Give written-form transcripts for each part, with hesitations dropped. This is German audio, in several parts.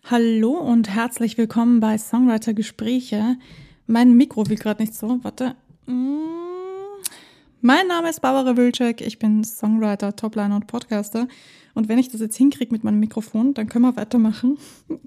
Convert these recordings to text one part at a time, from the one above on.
Hallo und herzlich willkommen bei Songwriter Gespräche. Mein Mikro will gerade nicht so, warte. Mein Name ist Barbara Wilczek, ich bin Songwriter, Topliner und Podcaster. Und wenn ich das jetzt hinkriege mit meinem Mikrofon, dann können wir weitermachen.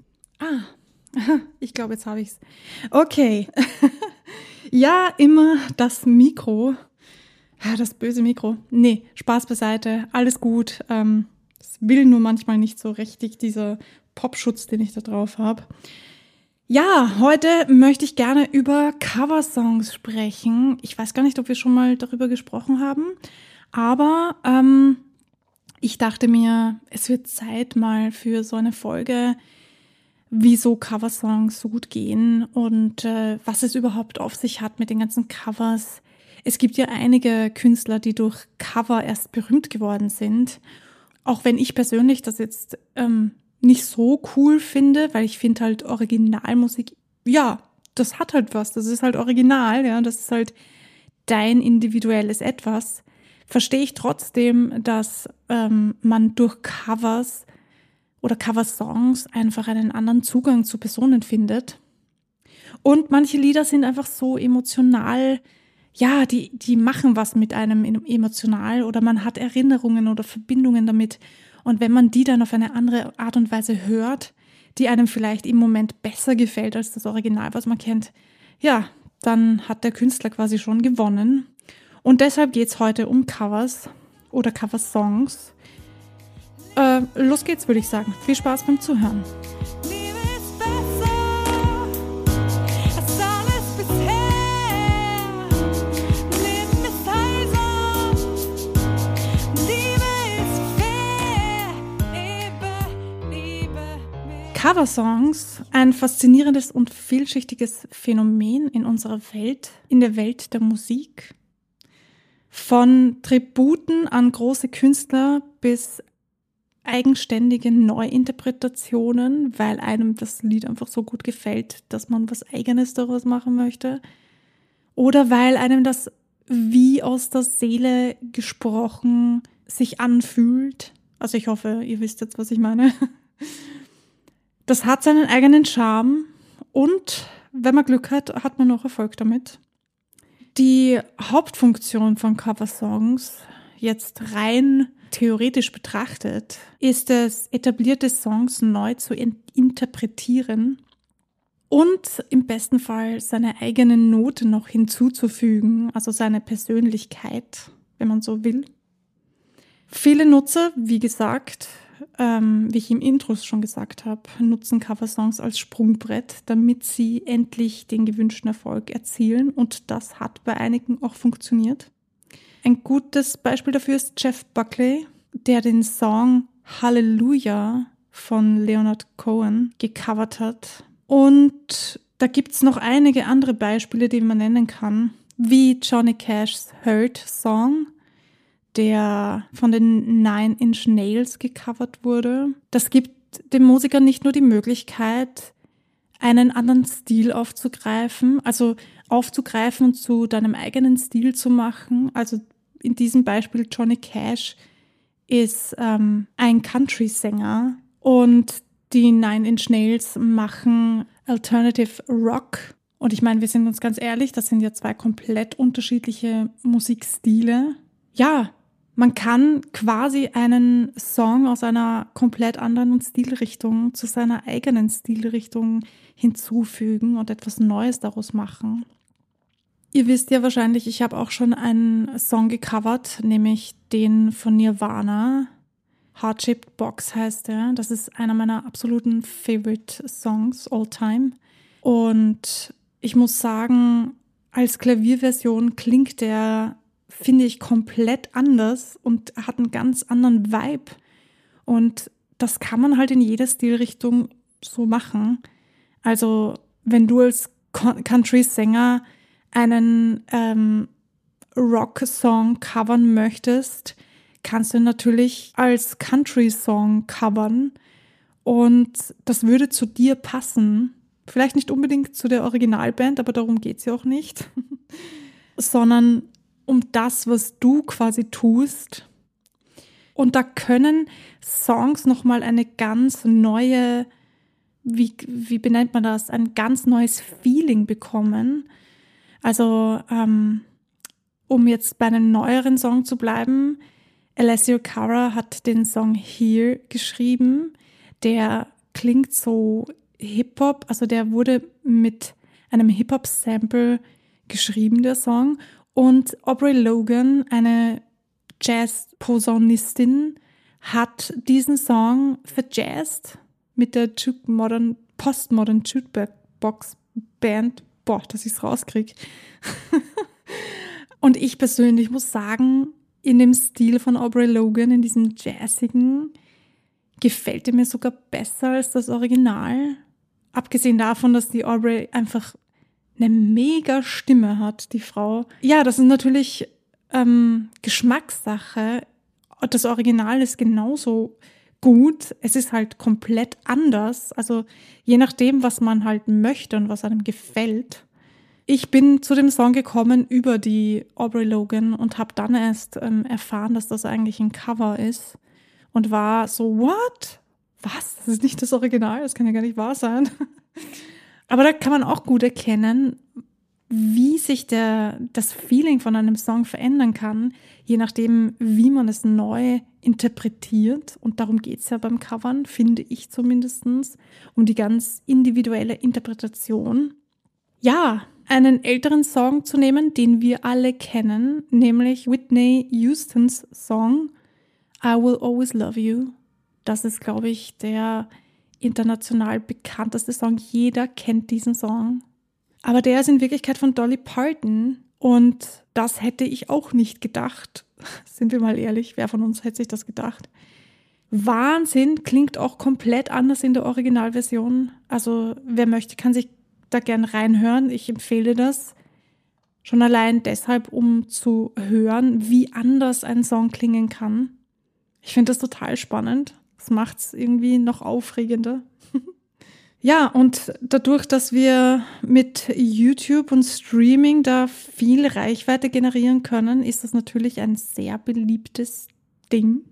Ich glaube, jetzt habe ich es. Okay. Ja, immer das Mikro. Ja, das böse Mikro. Nee, Spaß beiseite, alles gut. Es will nur manchmal nicht so richtig, dieser Popschutz, den ich da drauf habe. Ja, heute möchte ich gerne über Coversongs sprechen. Ich weiß gar nicht, ob wir schon mal darüber gesprochen haben, aber ich dachte mir, es wird Zeit mal für so eine Folge, wieso Coversongs so gut gehen und was es überhaupt auf sich hat mit den ganzen Covers. Es gibt ja einige Künstler, die durch Cover erst berühmt geworden sind. Auch wenn ich persönlich das jetzt nicht so cool finde, weil ich finde halt Originalmusik, ja, das hat halt was, das ist halt original, ja, das ist halt dein individuelles Etwas. Verstehe ich trotzdem, dass man durch Covers oder Coversongs einfach einen anderen Zugang zu Personen findet. Und manche Lieder sind einfach so emotional, ja, die machen was mit einem emotional oder man hat Erinnerungen oder Verbindungen damit. Und wenn man die dann auf eine andere Art und Weise hört, die einem vielleicht im Moment besser gefällt als das Original, was man kennt, ja, dann hat der Künstler quasi schon gewonnen. Und deshalb geht es heute um Covers oder Coversongs. Los geht's, würde ich sagen. Viel Spaß beim Zuhören. Coversongs, ein faszinierendes und vielschichtiges Phänomen in unserer Welt, in der Welt der Musik. Von Tributen an große Künstler bis eigenständige Neuinterpretationen, weil einem das Lied einfach so gut gefällt, dass man was Eigenes daraus machen möchte. Oder weil einem das wie aus der Seele gesprochen sich anfühlt. Also ich hoffe, ihr wisst jetzt, was ich meine. Das hat seinen eigenen Charme und wenn man Glück hat, hat man auch Erfolg damit. Die Hauptfunktion von Coversongs, jetzt rein theoretisch betrachtet, ist es, etablierte Songs neu zu interpretieren und im besten Fall seine eigene Note noch hinzuzufügen, also seine Persönlichkeit, wenn man so will. Viele Nutzer, wie gesagt, wie ich im Intro schon gesagt habe, nutzen Coversongs als Sprungbrett, damit sie endlich den gewünschten Erfolg erzielen. Und das hat bei einigen auch funktioniert. Ein gutes Beispiel dafür ist Jeff Buckley, der den Song Hallelujah von Leonard Cohen gecovert hat. Und da gibt's noch einige andere Beispiele, die man nennen kann, wie Johnny Cash's Hurt Song, der von den Nine Inch Nails gecovert wurde. Das gibt dem Musiker nicht nur die Möglichkeit, einen anderen Stil aufzugreifen und zu deinem eigenen Stil zu machen. Also in diesem Beispiel Johnny Cash ist ein Country-Sänger und die Nine Inch Nails machen Alternative Rock. Und ich meine, wir sind uns ganz ehrlich, das sind ja zwei komplett unterschiedliche Musikstile. Ja, man kann quasi einen Song aus einer komplett anderen Stilrichtung zu seiner eigenen Stilrichtung hinzufügen und etwas Neues daraus machen. Ihr wisst ja wahrscheinlich, ich habe auch schon einen Song gecovert, nämlich den von Nirvana. Heart-Shaped Box heißt er. Das ist einer meiner absoluten Favorite Songs all time. Und ich muss sagen, als Klavierversion klingt der, finde ich, komplett anders und hat einen ganz anderen Vibe. Und das kann man halt in jeder Stilrichtung so machen. Also wenn du als Country-Sänger einen Rock-Song covern möchtest, kannst du natürlich als Country-Song covern und das würde zu dir passen. Vielleicht nicht unbedingt zu der Originalband, aber darum geht's ja auch nicht, sondern um das, was du quasi tust. Und da können Songs nochmal eine ganz neue wie benennt man das, ein ganz neues Feeling bekommen. Also um jetzt bei einem neueren Song zu bleiben, Alessia Cara hat den Song Here geschrieben. Der klingt so Hip-Hop, also der wurde mit einem Hip-Hop-Sample geschrieben, der Song. Und Aubrey Logan, eine Jazz-Posaunistin, hat diesen Song verjazzt mit der Postmodern Jukebox Band. Boah, dass ich es rauskriege. Und ich persönlich muss sagen, in dem Stil von Aubrey Logan, in diesem Jazzigen, gefällt er mir sogar besser als das Original. Abgesehen davon, dass die Aubrey einfach eine mega Stimme hat, die Frau. Ja, das ist natürlich Geschmackssache. Das Original ist genauso gut. Es ist halt komplett anders. Also je nachdem, was man halt möchte und was einem gefällt. Ich bin zu dem Song gekommen über die Aubrey Logan und habe dann erst erfahren, dass das eigentlich ein Cover ist. Und war so, what? Was? Das ist nicht das Original? Das kann ja gar nicht wahr sein. Aber da kann man auch gut erkennen, wie sich das Feeling von einem Song verändern kann, je nachdem, wie man es neu interpretiert. Und darum geht es ja beim Covern, finde ich zumindest, um die ganz individuelle Interpretation. Ja, einen älteren Song zu nehmen, den wir alle kennen, nämlich Whitney Houstons Song I Will Always Love You. Das ist, glaube ich, der international bekannteste Song. Jeder kennt diesen Song. Aber der ist in Wirklichkeit von Dolly Parton und das hätte ich auch nicht gedacht. Sind wir mal ehrlich, wer von uns hätte sich das gedacht? Wahnsinn, klingt auch komplett anders in der Originalversion. Also wer möchte, kann sich da gern reinhören. Ich empfehle das. Schon allein deshalb, um zu hören, wie anders ein Song klingen kann. Ich finde das total spannend. Das macht es irgendwie noch aufregender. Ja, und dadurch, dass wir mit YouTube und Streaming da viel Reichweite generieren können, ist das natürlich ein sehr beliebtes Ding.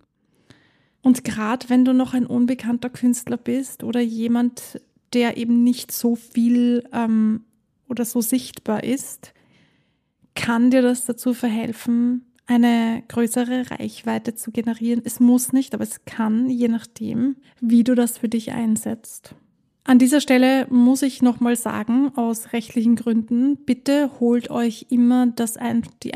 Und gerade wenn du noch ein unbekannter Künstler bist oder jemand, der eben nicht so viel oder so sichtbar ist, kann dir das dazu verhelfen, eine größere Reichweite zu generieren. Es muss nicht, aber es kann, je nachdem, wie du das für dich einsetzt. An dieser Stelle muss ich nochmal sagen, aus rechtlichen Gründen, bitte holt euch immer die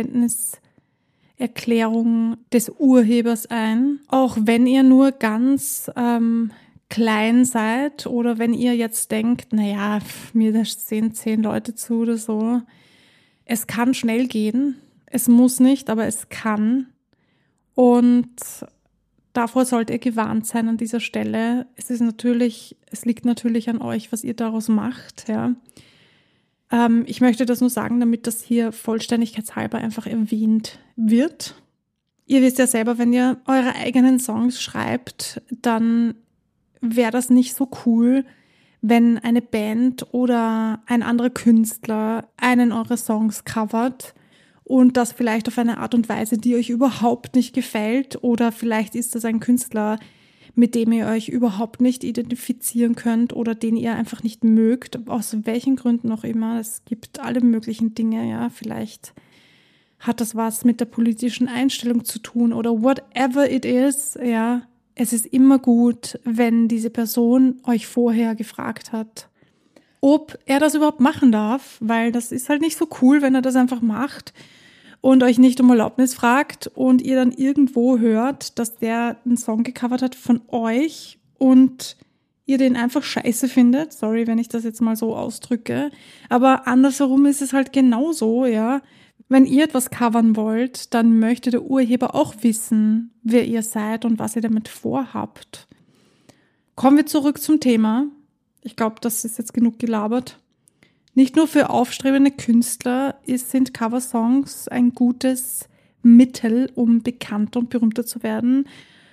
Einverständniserklärung des Urhebers ein. Auch wenn ihr nur ganz klein seid oder wenn ihr jetzt denkt, naja, mir sehen 10 Leute zu oder so. Es kann schnell gehen. Es muss nicht, aber es kann. Und davor sollt ihr gewarnt sein an dieser Stelle. Es liegt natürlich an euch, was ihr daraus macht. Ja. Ich möchte das nur sagen, damit das hier vollständigkeitshalber einfach erwähnt wird. Ihr wisst ja selber, wenn ihr eure eigenen Songs schreibt, dann wäre das nicht so cool, wenn eine Band oder ein anderer Künstler einen eurer Songs covert und das vielleicht auf eine Art und Weise, die euch überhaupt nicht gefällt, oder vielleicht ist das ein Künstler, mit dem ihr euch überhaupt nicht identifizieren könnt oder den ihr einfach nicht mögt, aus welchen Gründen auch immer. Es gibt alle möglichen Dinge, ja, vielleicht hat das was mit der politischen Einstellung zu tun oder whatever it is, ja. Es ist immer gut, wenn diese Person euch vorher gefragt hat, ob er das überhaupt machen darf, weil das ist halt nicht so cool, wenn er das einfach macht und euch nicht um Erlaubnis fragt und ihr dann irgendwo hört, dass der einen Song gecovert hat von euch und ihr den einfach scheiße findet. Sorry, wenn ich das jetzt mal so ausdrücke. Aber andersherum ist es halt genauso, ja. Wenn ihr etwas covern wollt, dann möchte der Urheber auch wissen, wer ihr seid und was ihr damit vorhabt. Kommen wir zurück zum Thema. Ich glaube, das ist jetzt genug gelabert. Nicht nur für aufstrebende Künstler sind Coversongs ein gutes Mittel, um bekannter und berühmter zu werden.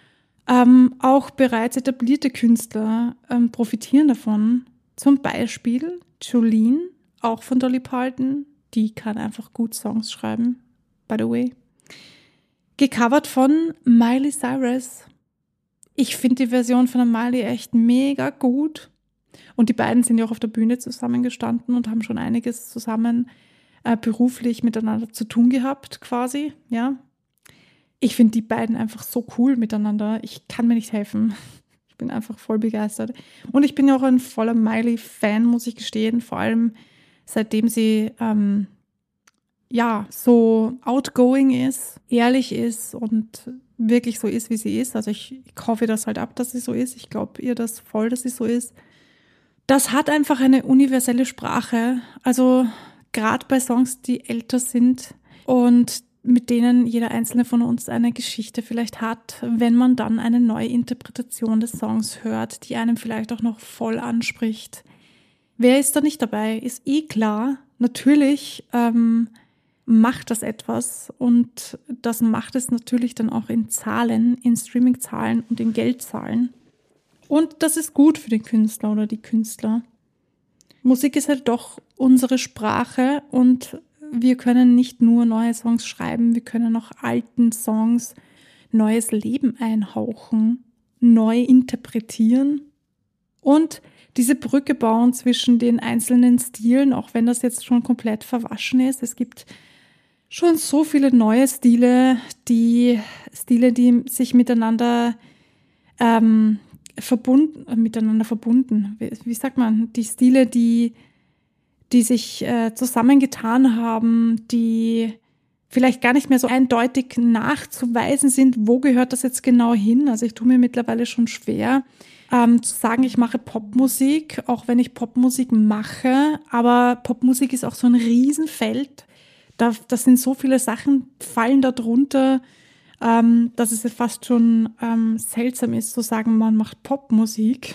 Auch bereits etablierte Künstler profitieren davon. Zum Beispiel Jolene, auch von Dolly Parton. Die kann einfach gut Songs schreiben, by the way. Gecovert von Miley Cyrus. Ich finde die Version von der Miley echt mega gut. Und die beiden sind ja auch auf der Bühne zusammengestanden und haben schon einiges zusammen beruflich miteinander zu tun gehabt, quasi, ja. Ich finde die beiden einfach so cool miteinander. Ich kann mir nicht helfen. Ich bin einfach voll begeistert. Und ich bin ja auch ein voller Miley-Fan, muss ich gestehen. Vor allem seitdem sie so outgoing ist, ehrlich ist und wirklich so ist, wie sie ist. Also ich hoffe das halt ab, dass sie so ist. Ich glaube ihr das voll, dass sie so ist. Das hat einfach eine universelle Sprache. Also gerade bei Songs, die älter sind und mit denen jeder einzelne von uns eine Geschichte vielleicht hat, wenn man dann eine neue Interpretation des Songs hört, die einem vielleicht auch noch voll anspricht. Wer ist da nicht dabei? Ist klar. Natürlich macht das etwas und das macht es natürlich dann auch in Zahlen, in Streaming-Zahlen und in Geldzahlen. Und das ist gut für den Künstler oder die Künstler. Musik ist halt doch unsere Sprache und wir können nicht nur neue Songs schreiben, wir können auch alten Songs neues Leben einhauchen, neu interpretieren und diese Brücke bauen zwischen den einzelnen Stilen, auch wenn das jetzt schon komplett verwaschen ist. Es gibt schon so viele neue Stile, die sich miteinander verbunden. Wie sagt man? Die Stile, die sich zusammengetan haben, die vielleicht gar nicht mehr so eindeutig nachzuweisen sind, wo gehört das jetzt genau hin. Also ich tue mir mittlerweile schon schwer, zu sagen, ich mache Popmusik, auch wenn ich Popmusik mache. Aber Popmusik ist auch so ein Riesenfeld. Das sind so viele Sachen, fallen da drunter, dass es ja fast schon seltsam ist, zu sagen, man macht Popmusik.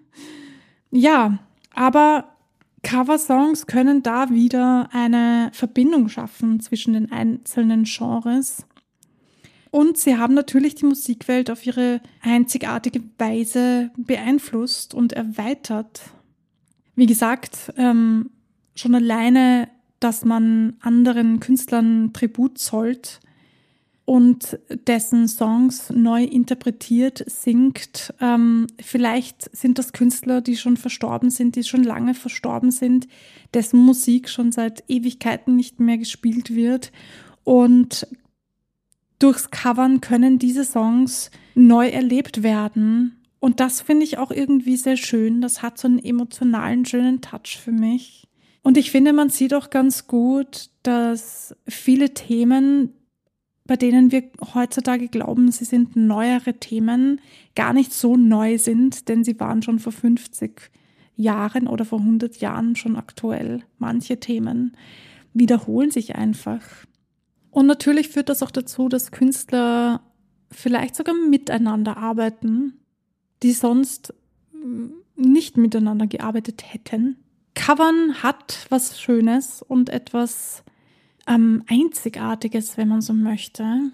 Ja, aber Coversongs können da wieder eine Verbindung schaffen zwischen den einzelnen Genres. Und sie haben natürlich die Musikwelt auf ihre einzigartige Weise beeinflusst und erweitert. Wie gesagt, schon alleine, dass man anderen Künstlern Tribut zollt und dessen Songs neu interpretiert, singt. Vielleicht sind das Künstler, die schon verstorben sind, die schon lange verstorben sind, dessen Musik schon seit Ewigkeiten nicht mehr gespielt wird. Und durchs Covern können diese Songs neu erlebt werden. Und das finde ich auch irgendwie sehr schön. Das hat so einen emotionalen, schönen Touch für mich. Und ich finde, man sieht auch ganz gut, dass viele Themen, bei denen wir heutzutage glauben, sie sind neuere Themen, gar nicht so neu sind, denn sie waren schon vor 50 Jahren oder vor 100 Jahren schon aktuell. Manche Themen wiederholen sich einfach. Und natürlich führt das auch dazu, dass Künstler vielleicht sogar miteinander arbeiten, die sonst nicht miteinander gearbeitet hätten. Covern hat was Schönes und etwas Einzigartiges, wenn man so möchte.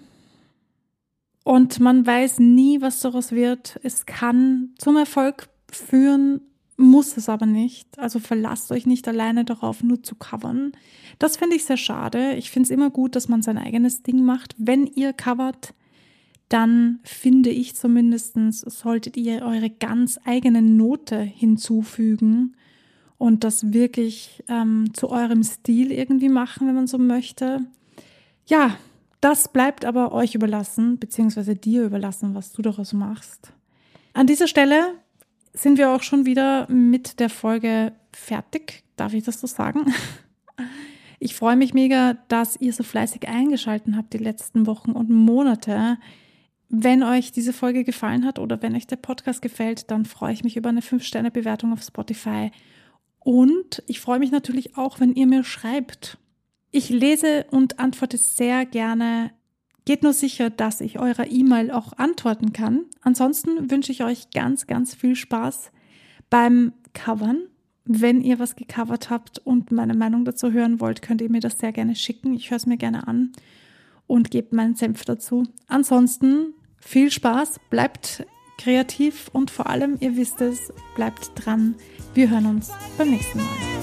Und man weiß nie, was daraus wird. Es kann zum Erfolg führen, muss es aber nicht. Also verlasst euch nicht alleine darauf, nur zu covern. Das finde ich sehr schade. Ich finde es immer gut, dass man sein eigenes Ding macht. Wenn ihr covert, dann finde ich zumindest, solltet ihr eure ganz eigene Note hinzufügen und das wirklich zu eurem Stil irgendwie machen, wenn man so möchte. Ja, das bleibt aber euch überlassen, beziehungsweise dir überlassen, was du daraus machst. An dieser Stelle sind wir auch schon wieder mit der Folge fertig. Darf ich das so sagen? Ich freue mich mega, dass ihr so fleißig eingeschaltet habt die letzten Wochen und Monate. Wenn euch diese Folge gefallen hat oder wenn euch der Podcast gefällt, dann freue ich mich über eine 5-Sterne-Bewertung auf Spotify. Und ich freue mich natürlich auch, wenn ihr mir schreibt. Ich lese und antworte sehr gerne. Geht nur sicher, dass ich eurer E-Mail auch antworten kann. Ansonsten wünsche ich euch ganz, ganz viel Spaß beim Covern. Wenn ihr was gecovert habt und meine Meinung dazu hören wollt, könnt ihr mir das sehr gerne schicken. Ich höre es mir gerne an und gebe meinen Senf dazu. Ansonsten viel Spaß, bleibt kreativ und vor allem, ihr wisst es, bleibt dran. Wir hören uns beim nächsten Mal.